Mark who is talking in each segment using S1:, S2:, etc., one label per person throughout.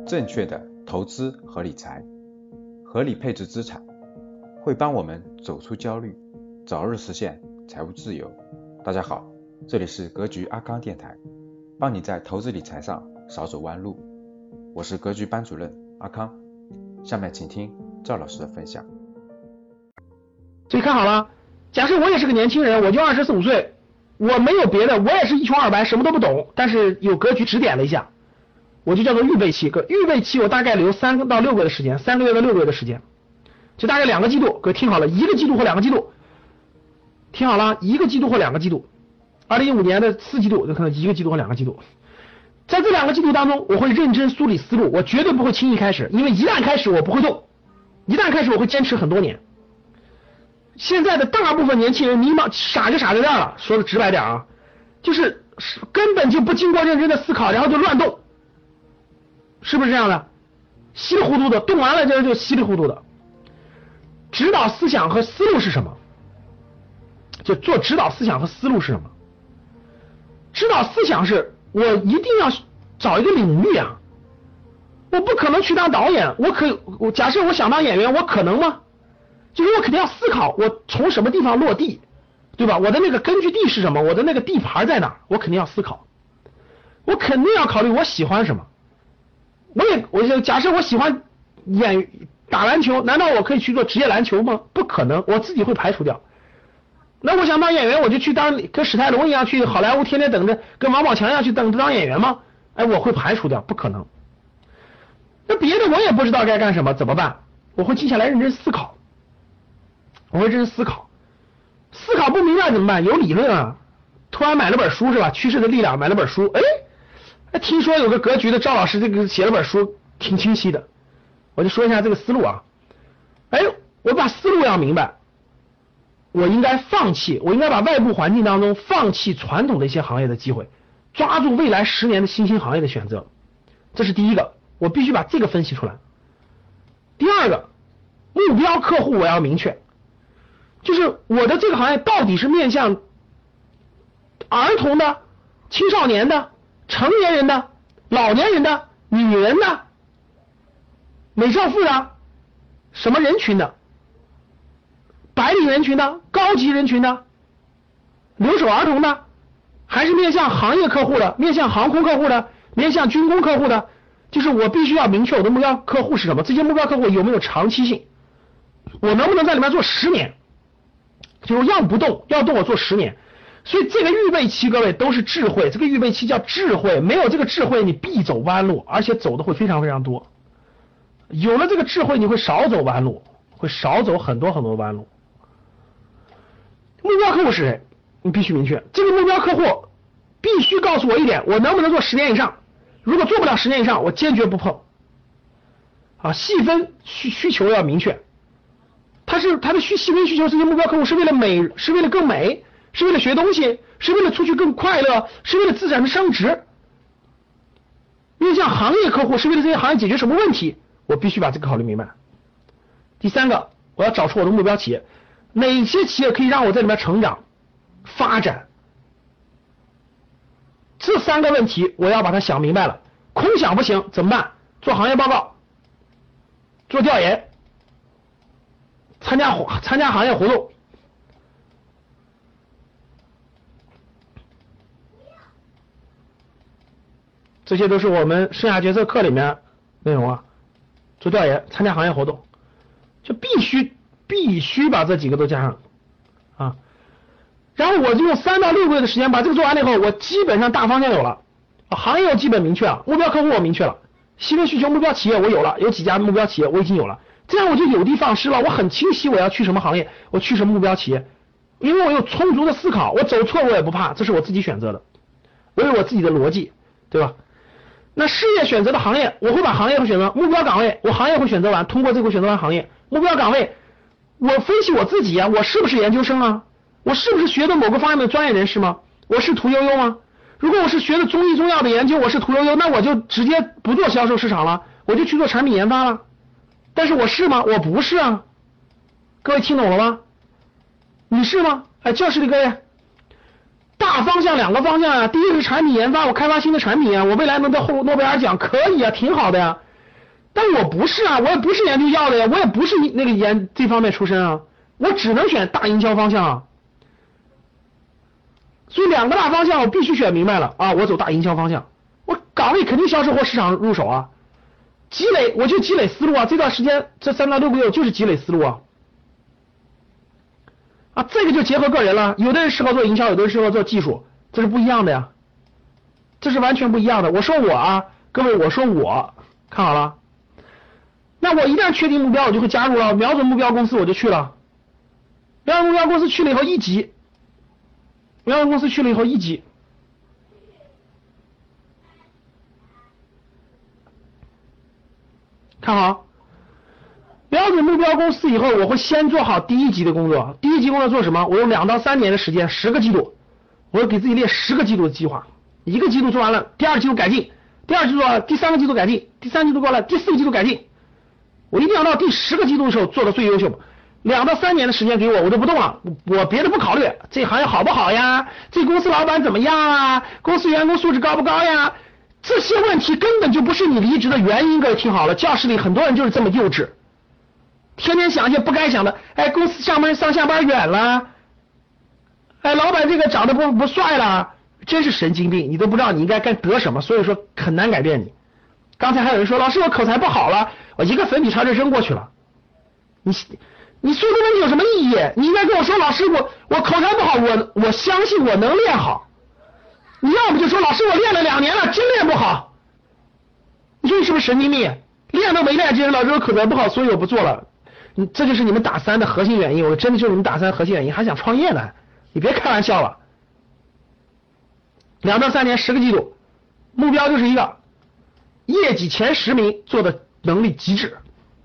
S1: 正确的投资和理财，合理配置资产，会帮我们走出焦虑，早日实现财务自由。大家好，这里是格局阿康电台，帮你在投资理财上少走弯路。我是格局班主任阿康，下面请听赵老师的分享。
S2: 所以看好了，假设我也是个年轻人，我就24、25岁，我没有别的，我也是一穷二白，什么都不懂，但是有格局指点了一下，我就叫做预备期。预备期我大概留3到6个月的时间，3个月到6个月的时间，就大概2个季度。各位听好了，1个季度或2个季度，听好了，1个季度或2个季度。2015年的4季度就可能1个季度或2个季度。在这2个季度当中，我会认真梳理思路，我绝对不会轻易开始，因为一旦开始我不会动，一旦开始我会坚持很多年。现在的大部分年轻人迷茫傻就傻在这儿了，说的直白点啊，就是根本就不经过认真的思考，然后就乱动，是不是这样的？稀里糊涂的动完了就稀里糊涂的。指导思想和思路是什么？就做指导思想和思路是什么？指导思想是我一定要找一个领域啊，我不可能去当导演，我假设我想当演员，我可能吗？就是我肯定要思考我从什么地方落地，对吧？我的那个根据地是什么？我的那个地盘在哪？我肯定要思考，我肯定要考虑我喜欢什么。我就假设我喜欢打篮球，难道我可以去做职业篮球吗？不可能，我自己会排除掉。那我想当演员，我就去跟史泰龙一样去好莱坞天天等着，跟王宝强一样去等着当演员吗？我会排除掉，不可能。那别的我也不知道该干什么，怎么办？我会静下来认真思考。思考不明白怎么办？有理论啊，突然买了本书是吧？趋势的力量，买了本书，听说有个格局的赵老师这个写了本书挺清晰的，我就说一下这个思路啊。我把思路要明白，我应该把外部环境当中放弃传统的一些行业的机会，抓住未来10年的新兴行业的选择，这是第一个，我必须把这个分析出来。第二个，目标客户我要明确，就是我的这个行业到底是面向儿童的、青少年的、成年人的、老年人的、女人的、美少妇的，什么人群的？白领人群的、高级人群的、留守儿童的，还是面向行业客户的、面向航空客户的、面向军工客户的？就是我必须要明确我的目标客户是什么，这些目标客户有没有长期性，我能不能在里面做10年，就是要不动，要动我做10年。所以这个预备期各位都是智慧，这个预备期叫智慧，没有这个智慧你必走弯路，而且走的会非常非常多。有了这个智慧你会少走弯路，会少走很多很多弯路。目标客户是谁？你必须明确，这个目标客户必须告诉我一点，我能不能做10年以上，如果做不了10年以上我坚决不碰细分需求要明确，他的细分需求，这些目标客户是为了美，是为了更美，是为了学东西，是为了出去更快乐，是为了资产的升值。面向行业客户是为了这些行业解决什么问题，我必须把这个考虑明白。第三个，我要找出我的目标企业，哪些企业可以让我在里面成长发展，这3个问题我要把它想明白了。空想不行，怎么办？做行业报告，做调研，参加行业活动。这些都是我们生涯决策课里面内容啊。做调研，参加行业活动，就必须把这几个都加上啊。然后我就用3到6个月的时间把这个做完了以后，我基本上大方向有了，行业我基本明确了，目标客户我明确了，细分需求目标企业我有了，有几家目标企业我已经有了，这样我就有的放矢了，我很清晰我要去什么行业，我去什么目标企业，因为我有充足的思考，我走错我也不怕，这是我自己选择的，我有我自己的逻辑，对吧？那事业选择的行业，我会把行业会选择，目标岗位我行业会选择完，通过这个选择完行业，目标岗位我分析我自己啊，我是不是研究生啊？我是不是学的某个方面的专业人士吗？我是屠呦呦吗？如果我是学的中医中药的研究，我是屠呦呦，那我就直接不做销售市场了，我就去做产品研发了。但是我是吗？我不是啊。各位听懂了吗？你是吗？教室里各位，大方向2个方向啊，第一个是产品研发，我开发新的产品啊，我未来能得诺贝尔奖可以啊，挺好的呀。 但我不是啊，我也不是研究药的呀，我也不是那个这方面出身啊，我只能选大营销方向啊。所以2个大方向我必须选明白了啊，我走大营销方向，我岗位肯定销售或市场入手啊，积累我就积累思路啊，这段时间这3到6个月就是积累思路啊。啊，这个就结合个人了，有的人适合做营销，有的人适合做技术，这是不一样的呀，这是完全不一样的。我说我啊，各位，我说我看好了，那我一旦确定目标，我就会加入了，瞄准目标公司我就去了，瞄准目标公司去了以后1级。瞄准公司去了以后1级，看好，瞄准目标公司以后，我会先做好第1级的工作。第1级工作做什么？我用2到3年的时间，10个季度，我要给自己列10个季度的计划。1个季度做完了，第2季度改进，第2季度做完了，第3个季度改进，第3季度过了，第4个季度改进。我一定要到第10个季度的时候做到最优秀。2到3年的时间给我就不动了，我别的不考虑，这行业好不好呀？这公司老板怎么样啊？公司员工素质高不高呀？这些问题根本就不是你离职的原因。各位听好了，教室里很多人就是这么幼稚，天天想一些不该想的。哎，公司上下班远了，哎，老板这个长得不帅了，真是神经病，你都不知道你应该得什么，所以说很难改变你。刚才还有人说，老师我口才不好了，我一个粉笔擦就扔过去了。你说这问题有什么意义？你应该跟我说，老师我口才不好，我相信我能练好。你要不就说，老师我练了2年了，真练不好。你说你是不是神经病？练都没练，这人老师我口才不好，所以我不做了。这就是你们打3的核心原因，我真的就是你们打3核心原因，还想创业呢？你别开玩笑了。2到3年10个季度，目标就是一个业绩前10名做的能力极致。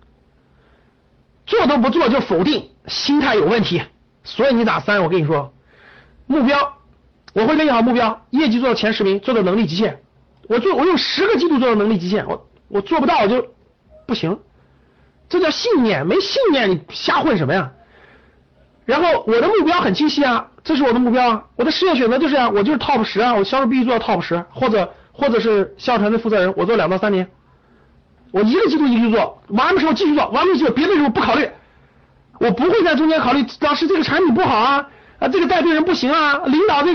S2: 做都不做就否定，心态有问题。所以你打3，我跟你说，目标我会给你好目标，业绩做到前10名，做到能力极限。我用10个季度做到能力极限，我做不到我就不行。这叫信念，没信念你瞎混什么呀？然后我的目标很清晰啊，这是我的目标啊，我的事业选择就是啊，我就是 top 10啊，我销售必须做到 top 10，或者是销售团队负责人，我做2到3年。我1个季度1个季度做，完的时候继续做，完了继续做，别的时候不考虑。我不会在中间考虑，老师这个产品不好啊，这个带队人不行啊，领导这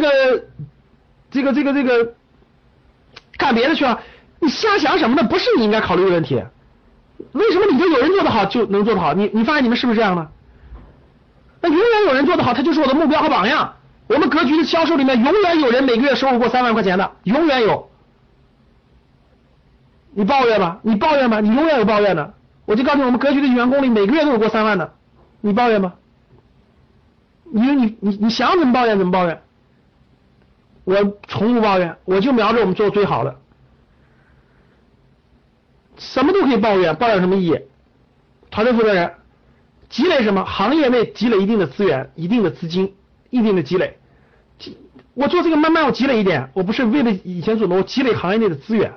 S2: 个干别的去了，你瞎想什么呢？不是你应该考虑的问题。为什么你就有人做得好就能做得好？你发现你们是不是这样的？那永远有人做得好，他就是我的目标和榜样。我们格局的销售里面永远有人每个月收入过3万块钱的，永远有。你抱怨吧，你抱怨吧，你永远有抱怨的。我就告诉你，我们格局的员工里每个月都有过3万的，你抱怨吧。你想怎么抱怨怎么抱怨，我从不抱怨，我就瞄着我们做最好的。什么都可以抱怨，抱怨什么意义？团队负责人积累什么？行业内积累一定的资源、一定的资金、一定的积累。我做这个慢慢我积累一点，我不是为了以前做的，我积累行业内的资源。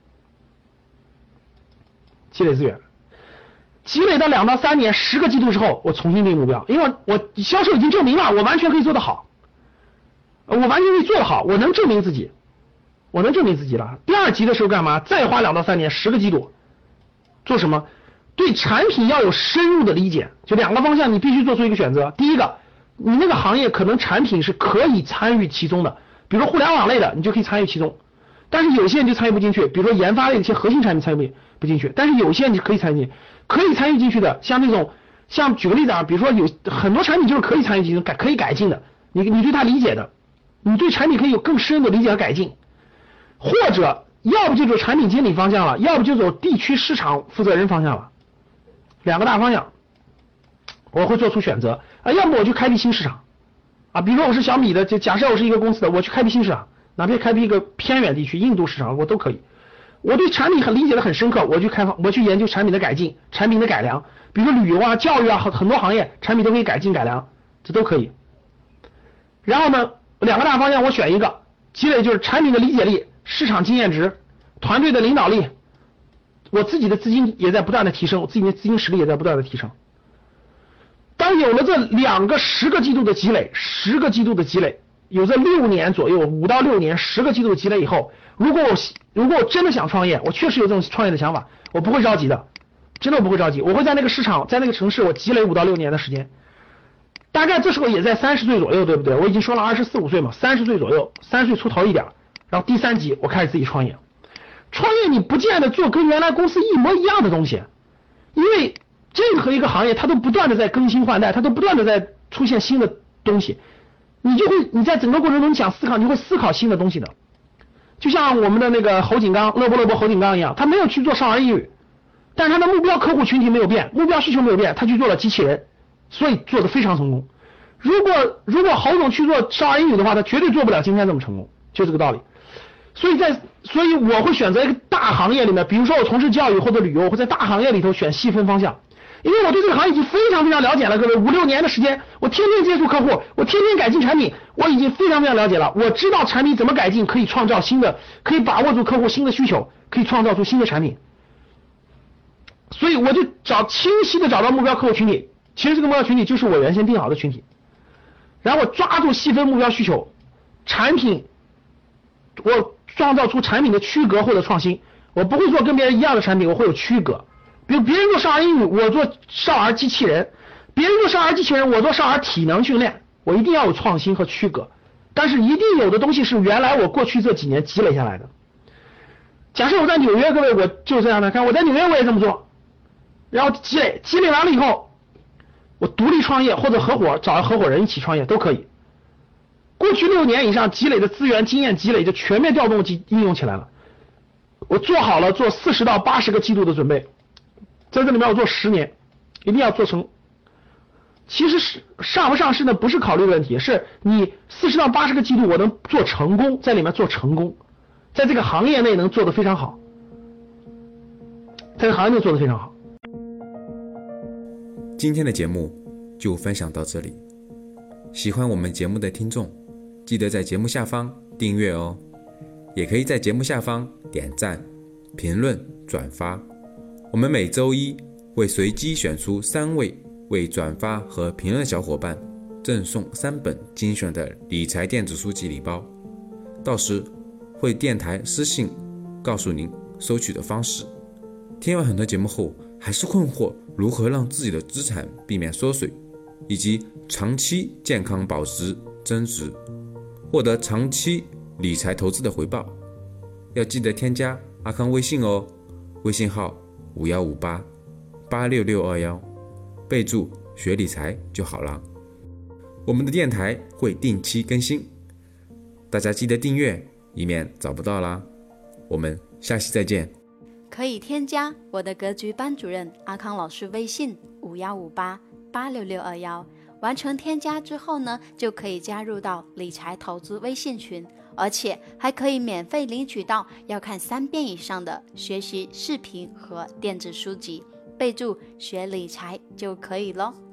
S2: 积累资源，积累到2到3年10个季度之后，我重新定目标，因为我销售已经证明了，我完全可以做得好，我完全可以做得好，我能证明自己了。第2级的时候干嘛？再花2到3年10个季度做什么？对产品要有深入的理解，就2个方向你必须做出一个选择。第一个，你那个行业可能产品是可以参与其中的，比如说互联网类的，你就可以参与其中。但是有些人就参与不进去，比如说研发类的一些核心产品参与不进去，但是有些人你可以参与进去的，像那种举个例子啊，比如说有很多产品就是可以参与进去可以改进的，你对它理解的，你对产品可以有更深的理解和改进，或者要不就走产品经理方向了，要不就走地区市场负责人方向了，2个大方向我会做出选择啊，要么我去开辟新市场啊，比如说我是小米的，就假设我是一个公司的，我去开辟新市场，哪怕开辟一个偏远地区印度市场我都可以。我对产品理解的很深刻，我去研究产品的改进、产品的改良，比如说旅游啊、教育啊，很多行业产品都可以改进改良，这都可以。然后呢，2个大方向我选一个，积累就是产品的理解力、市场经验值、团队的领导力，我自己的资金也在不断的提升，我自己的资金实力也在不断的提升。当有了这2个10个季度的积累，10个季度的积累， 有这6年左右，5到6年10个季度积累以后，如果我真的想创业，我确实有这种创业的想法，我不会着急的，真的我不会着急，我会在那个市场，在那个城市我积累5到6年的时间，大概这时候也在30岁左右，对不对？我已经说了24、5岁嘛，30岁左右，30岁出头一点，然后第3级我开始自己创业。创业你不见得做跟原来公司一模一样的东西，因为任何一个行业它都不断的在更新换代，它都不断的在出现新的东西，你在整个过程中想思考，你会思考新的东西的。就像我们的那个侯锦刚，乐博侯锦刚一样，他没有去做少儿英语，但是他的目标客户群体没有变，目标需求没有变，他去做了机器人，所以做得非常成功。如果侯总去做少儿英语的话，他绝对做不了今天这么成功，就这个道理。所以我会选择一个大行业里面，比如说我从事教育或者旅游，我会在大行业里头选细分方向，因为我对这个行业已经非常非常了解了，各位5、6年的时间，我天天接触客户，我天天改进产品，我已经非常非常了解了，我知道产品怎么改进可以创造新的，可以把握住客户新的需求，可以创造出新的产品。所以我就清晰的找到目标客户群体，其实这个目标群体就是我原先定好的群体，然后抓住细分目标需求，产品我创造出产品的区隔或者创新，我不会做跟别人一样的产品，我会有区隔。比如别人做少儿英语，我做少儿机器人；别人做少儿机器人，我做少儿体能训练。我一定要有创新和区隔，但是一定有的东西是原来我过去这几年积累下来的。假设我在纽约，各位，我就这样的，看我在纽约我也这么做，然后积累完了以后，我独立创业或者找合伙人一起创业都可以。过去6年以上积累的资源经验积累就全面调动应用起来了。我做好了做40到80个季度的准备，在这里面我做10年，一定要做成。其实上不上市呢不是考虑的问题，是你40到80个季度我能做成功，在里面做成功，在这个行业内能做得非常好，在这个行业内做得非常好。
S1: 今天的节目就分享到这里，喜欢我们节目的听众记得在节目下方订阅哦，也可以在节目下方点赞、评论、转发。我们每周一会随机选出3位为转发和评论的小伙伴赠送3本精选的理财电子书籍礼包，到时会电台私信告诉您收取的方式。听完很多节目后还是困惑如何让自己的资产避免缩水，以及长期健康保值增值，获得长期理财投资的回报，要记得添加阿康微信哦，微信号5158-86621，备注学理财就好了。我们的电台会定期更新，大家记得订阅，以免找不到啦。我们下期再见。
S3: 可以添加我的格局班主任阿康老师微信5158-86621，完成添加之后呢，就可以加入到理财投资微信群，而且还可以免费领取到要看3遍以上的学习视频和电子书籍，备注学理财就可以咯。